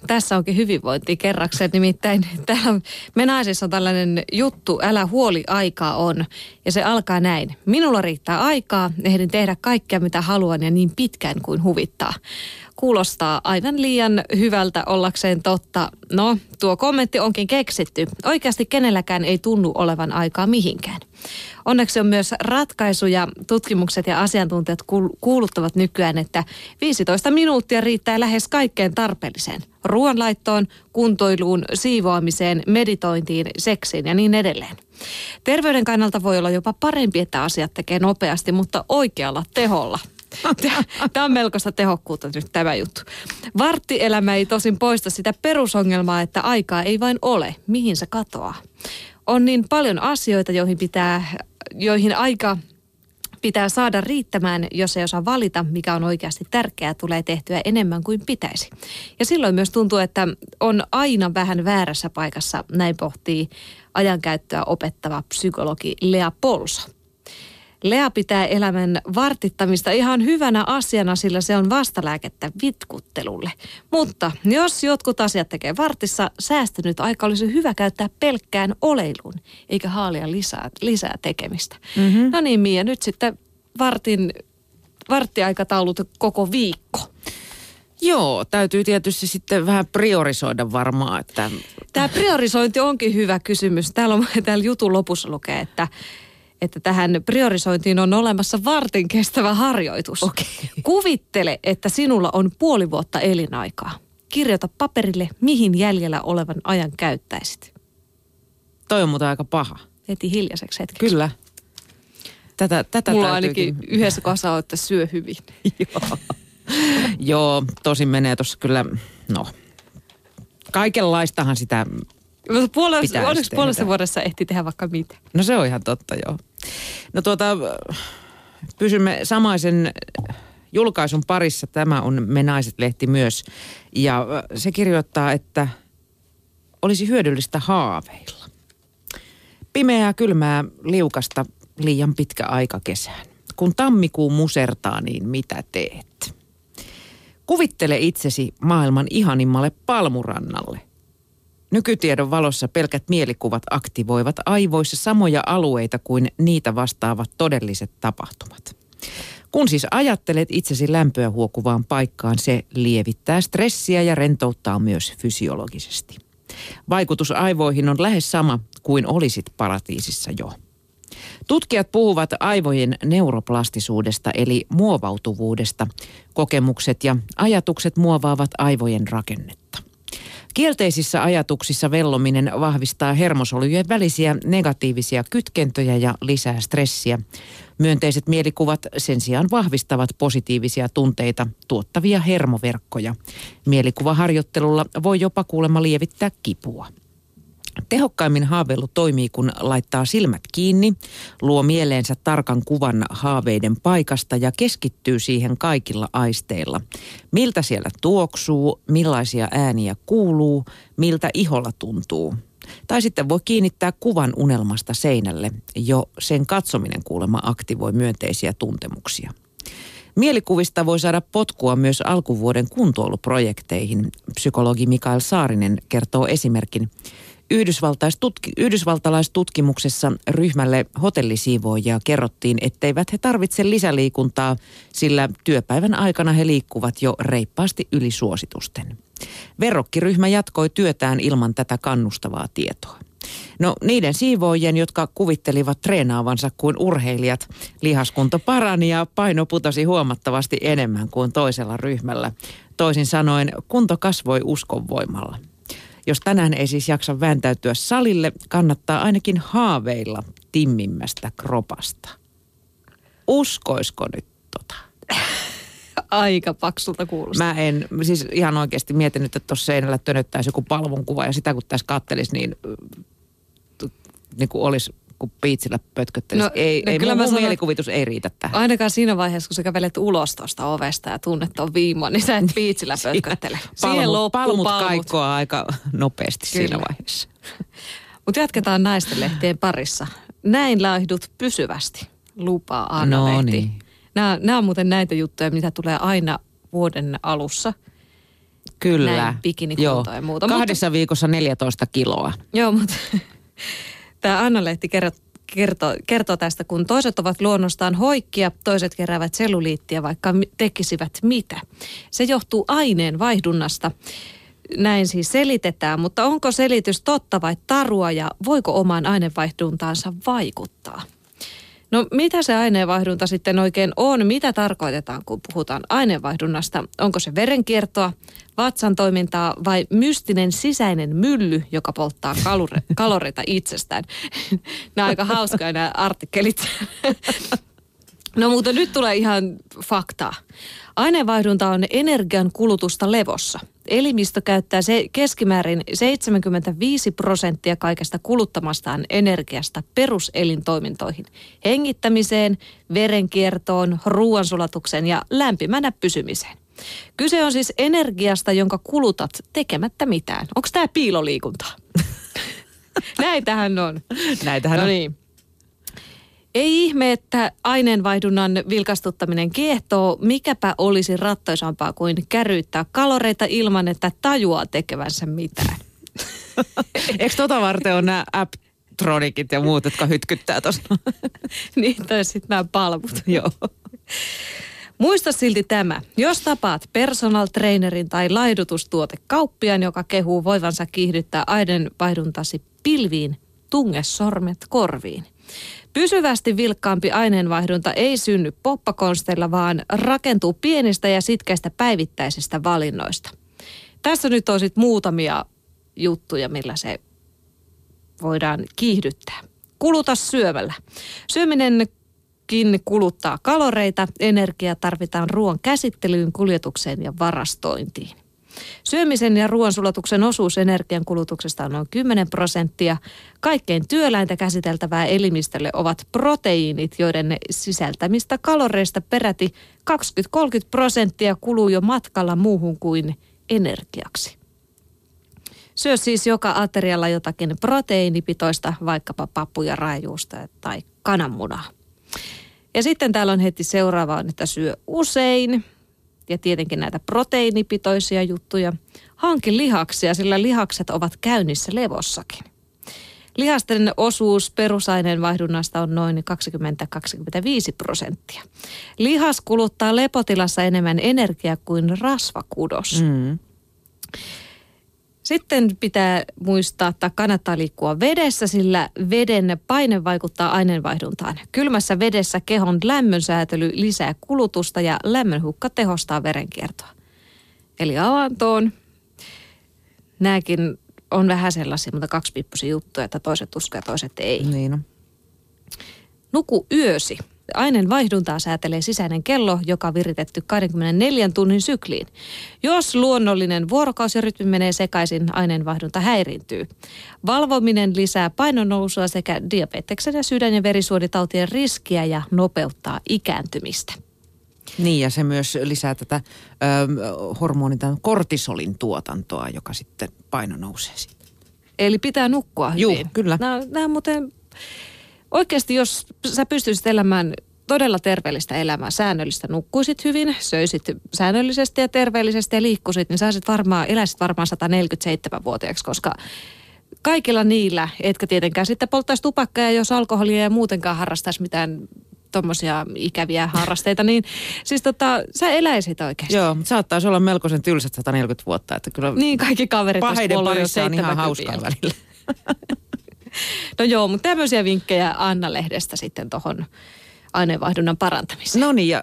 Tässä onkin hyvinvointi kerrakseen. Nimittäin täällä Me Naisissa on tällainen juttu, älä huoli, aikaa on. Ja se alkaa näin. Minulla riittää aikaa, ehdin tehdä kaikkea mitä haluan ja niin pitkään kuin huvittaa. Kuulostaa aivan liian hyvältä ollakseen totta. No, tuo kommentti onkin keksitty. Oikeasti kenelläkään ei tunnu olevan aikaa mihinkään. Onneksi on myös ratkaisuja. Tutkimukset ja asiantuntijat kuuluttavat nykyään, että 15 minuuttia riittää lähes kaikkeen tarpeelliseen. Ruoanlaittoon, kuntoiluun, siivoamiseen, meditointiin, seksiin ja niin edelleen. Terveyden kannalta voi olla jopa parempi, että asiat tekee nopeasti, mutta oikealla teholla. Tämä on melkoista tehokkuutta nyt tämä juttu. Varttielämä ei tosin poista sitä perusongelmaa, että aikaa ei vain ole. Mihin se katoaa? On niin paljon asioita, joihin aika pitää saada riittämään, jos ei osaa valita, mikä on oikeasti tärkeää, tulee tehtyä enemmän kuin pitäisi. Ja silloin myös tuntuu, että on aina vähän väärässä paikassa, näin pohtii ajankäyttöä opettava psykologi Lea Polso. Lea pitää elämän vartittamista ihan hyvänä asiana, sillä se on vastalääkettä vitkuttelulle. Mutta jos jotkut asiat tekee vartissa, säästynyt aika olisi hyvä käyttää pelkkään oleiluun, eikä haalia lisää tekemistä. Mm-hmm. No niin, Mia, nyt sitten varttiaikataulut koko viikko. Joo, täytyy tietysti sitten vähän priorisoida varmaan, että... Tämä priorisointi onkin hyvä kysymys. Täällä jutun lopussa lukee, että tähän priorisointiin on olemassa vartin kestävä harjoitus. Okay. Kuvittele, että sinulla on 5 vuotta elinaikaa. Kirjoita paperille, mihin jäljellä olevan ajan käyttäisit. Toi on muuten aika paha. Heti hiljaiseksi hetkeksi. Kyllä. Tätä mulla ainakin yhdessä kohdassa on, että syö hyvin. Joo, tosin menee tuossa kyllä, kaikenlaistahan sitä... Onneksi puolessa vuodessa ehti tehdä vaikka mitä? No se on ihan totta, joo. No pysymme samaisen julkaisun parissa. Tämä on Me Naiset-lehti myös. Ja se kirjoittaa, että olisi hyödyllistä haaveilla. Pimeää, kylmää, liukasta, liian pitkä aika kesään. Kun tammikuu musertaa, niin mitä teet? Kuvittele itsesi maailman ihanimmalle palmurannalle. Nykytiedon valossa pelkät mielikuvat aktivoivat aivoissa samoja alueita kuin niitä vastaavat todelliset tapahtumat. Kun siis ajattelet itsesi lämpöä huokuvaan paikkaan, se lievittää stressiä ja rentouttaa myös fysiologisesti. Vaikutus aivoihin on lähes sama kuin olisit paratiisissa jo. Tutkijat puhuvat aivojen neuroplastisuudesta eli muovautuvuudesta. Kokemukset ja ajatukset muovaavat aivojen rakennetta. Kielteisissä ajatuksissa vellominen vahvistaa hermosolujen välisiä negatiivisia kytkentöjä ja lisää stressiä. Myönteiset mielikuvat sen sijaan vahvistavat positiivisia tunteita tuottavia hermoverkkoja. Mielikuvaharjoittelulla voi jopa kuulemma lievittää kipua. Tehokkaimmin haaveilu toimii, kun laittaa silmät kiinni, luo mieleensä tarkan kuvan haaveiden paikasta ja keskittyy siihen kaikilla aisteilla. Miltä siellä tuoksuu, millaisia ääniä kuuluu, miltä iholla tuntuu. Tai sitten voi kiinnittää kuvan unelmasta seinälle, jo sen katsominen kuulemma aktivoi myönteisiä tuntemuksia. Mielikuvista voi saada potkua myös alkuvuoden kuntoiluprojekteihin. Psykologi Mikael Saarinen kertoo esimerkin. Yhdysvaltalaistutkimuksessa ryhmälle hotellisiivoojia kerrottiin, etteivät he tarvitse lisäliikuntaa, sillä työpäivän aikana he liikkuvat jo reippaasti yli suositusten. Verrokkiryhmä jatkoi työtään ilman tätä kannustavaa tietoa. No niiden siivoojien, jotka kuvittelivat treenaavansa kuin urheilijat, lihaskunto parani ja paino putosi huomattavasti enemmän kuin toisella ryhmällä. Toisin sanoen kunto kasvoi uskonvoimalla. Jos tänään ei siis jaksa vääntäytyä salille, kannattaa ainakin haaveilla timmimmästä kropasta. Uskoisko nyt tota? Aika paksulta kuulostaa. Mä en, siis ihan oikeasti mietin nyt, että tuossa seinällä tönöttäisi joku palvonkuva ja sitä kun tässä kattelisi, niin kuin olisi, kun piitsillä pötköttelisi. No, ei mun mielikuvitus ei riitä tähän. Ainakaan siinä vaiheessa, kun sä kävelet ulos tuosta ovesta ja tunnet on viimo, niin sä et piitsillä pötköttele. Palmut kaikkoa aika nopeasti Kyllä. siinä vaiheessa. Mutta jatketaan naisten lehtien parissa. Näin laihdut pysyvästi, lupaa Anna-lehti. Niin. Nämä on muuten näitä juttuja, mitä tulee aina vuoden alussa. Kyllä. näin bikinikuntoon ja muuta. 2 viikossa 14 kiloa. Joo, mutta tämä Anna-lehti kertoo tästä, kun toiset ovat luonnostaan hoikkia, toiset keräävät selluliittiä, vaikka tekisivät mitä. Se johtuu aineenvaihdunnasta. Näin siis selitetään, mutta onko selitys totta vai tarua ja voiko omaan aineenvaihduntaansa vaikuttaa? No mitä se aineenvaihdunta sitten oikein on? Mitä tarkoitetaan, kun puhutaan aineenvaihdunnasta? Onko se verenkiertoa, vatsan toimintaa vai mystinen sisäinen mylly, joka polttaa kaloreita itsestään? Nämä on aika hauskoja nämä artikkelit. No mutta nyt tulee ihan faktaa. Aineenvaihdunta on energian kulutusta levossa. Elimistö käyttää keskimäärin 75% kaikesta kuluttamastaan energiasta peruselintoimintoihin. Hengittämiseen, verenkiertoon, ruoansulatukseen ja lämpimänä pysymiseen. Kyse on siis energiasta, jonka kulutat tekemättä mitään. Onko tämä piiloliikuntaa? Näitähän on. Näitähän on. No niin. Ei ihme, että aineenvaihdunnan vilkastuttaminen kiehtoo. Mikäpä olisi rattoisampaa kuin käryyttää kaloreita ilman, että tajuaa tekevänsä mitään. Eikö tota varten on nämä Apptronikit ja muut, jotka hytkyttää tuossa? Niin, tai sitten nämä palvut. Joo. Muista silti tämä. Jos tapaat personal trainerin tai laihdutustuotekauppiaan, joka kehuu voivansa kiihdyttää aineenvaihduntasi pilviin, tunge sormet korviin. Pysyvästi vilkkaampi aineenvaihdunta ei synny poppakonsteilla, vaan rakentuu pienistä ja sitkeistä päivittäisistä valinnoista. Tässä nyt on sitten muutamia juttuja, millä se voidaan kiihdyttää. Kuluta syömällä. Syöminenkin kuluttaa kaloreita. Energiaa tarvitaan ruoan käsittelyyn, kuljetukseen ja varastointiin. Syömisen ja ruoansulatuksen osuus energiankulutuksesta on noin 10%. Kaikkein työläintä käsiteltävää elimistölle ovat proteiinit, joiden sisältämistä kaloreista peräti 20-30% kuluu jo matkalla muuhun kuin energiaksi. Syö siis joka aterialla jotakin proteiinipitoista, vaikkapa papuja, raajuusta tai kananmunaa. Ja sitten täällä on heti seuraava, että syö usein. Ja tietenkin näitä proteiinipitoisia juttuja. Hanki lihaksia, sillä lihakset ovat käynnissä levossakin. Lihasten osuus perusaineenvaihdunnasta on noin 20-25%. Lihas kuluttaa lepotilassa enemmän energiaa kuin rasvakudos. Sitten pitää muistaa, että kannattaa liikkua vedessä, sillä veden paine vaikuttaa aineenvaihduntaan. Kylmässä vedessä kehon lämmönsäätely lisää kulutusta ja lämmönhukka tehostaa verenkiertoa. Eli avantoon. Nämäkin on vähän sellaisia, mutta kaksipiippuisia juttuja, että toiset uskoo ja toiset ei. Niin on. Nuku yösi. Aineenvaihduntaa säätelee sisäinen kello, joka on viritetty 24 tunnin sykliin. Jos luonnollinen vuorokausirytmi menee sekaisin, aineenvaihdunta häiriintyy. Valvominen lisää painonnousua sekä diabeteksen ja sydän- ja verisuonitautien riskiä ja nopeuttaa ikääntymistä. Niin, ja se myös lisää tätä hormonin, kortisolin tuotantoa, joka sitten paino nousee siitä. Eli pitää nukkua hyvin. Juu, kyllä. Nämä muuten, oikeasti jos sä pystyisit elämään todella terveellistä elämää, säännöllistä, nukkuisit hyvin, söisit säännöllisesti ja terveellisesti ja liikkuisit, niin eläisit varmaan 147-vuotiaaksi, koska kaikilla niillä, etkä tietenkään sitten polttaisi tupakkaa ja jos alkoholia ja muutenkaan harrastaisi mitään tommosia ikäviä harrasteita, niin siis sä eläisit oikeasti. Joo, mutta saattaisi olla melkoisen tylsät 140 vuotta, että kyllä niin, kaikki kaverit paheiden parissa on ihan hauskaa välillä. No joo, mutta tämmöisiä vinkkejä Anna-lehdestä sitten tuohon aineenvaihdunnan parantamiseen. No niin, ja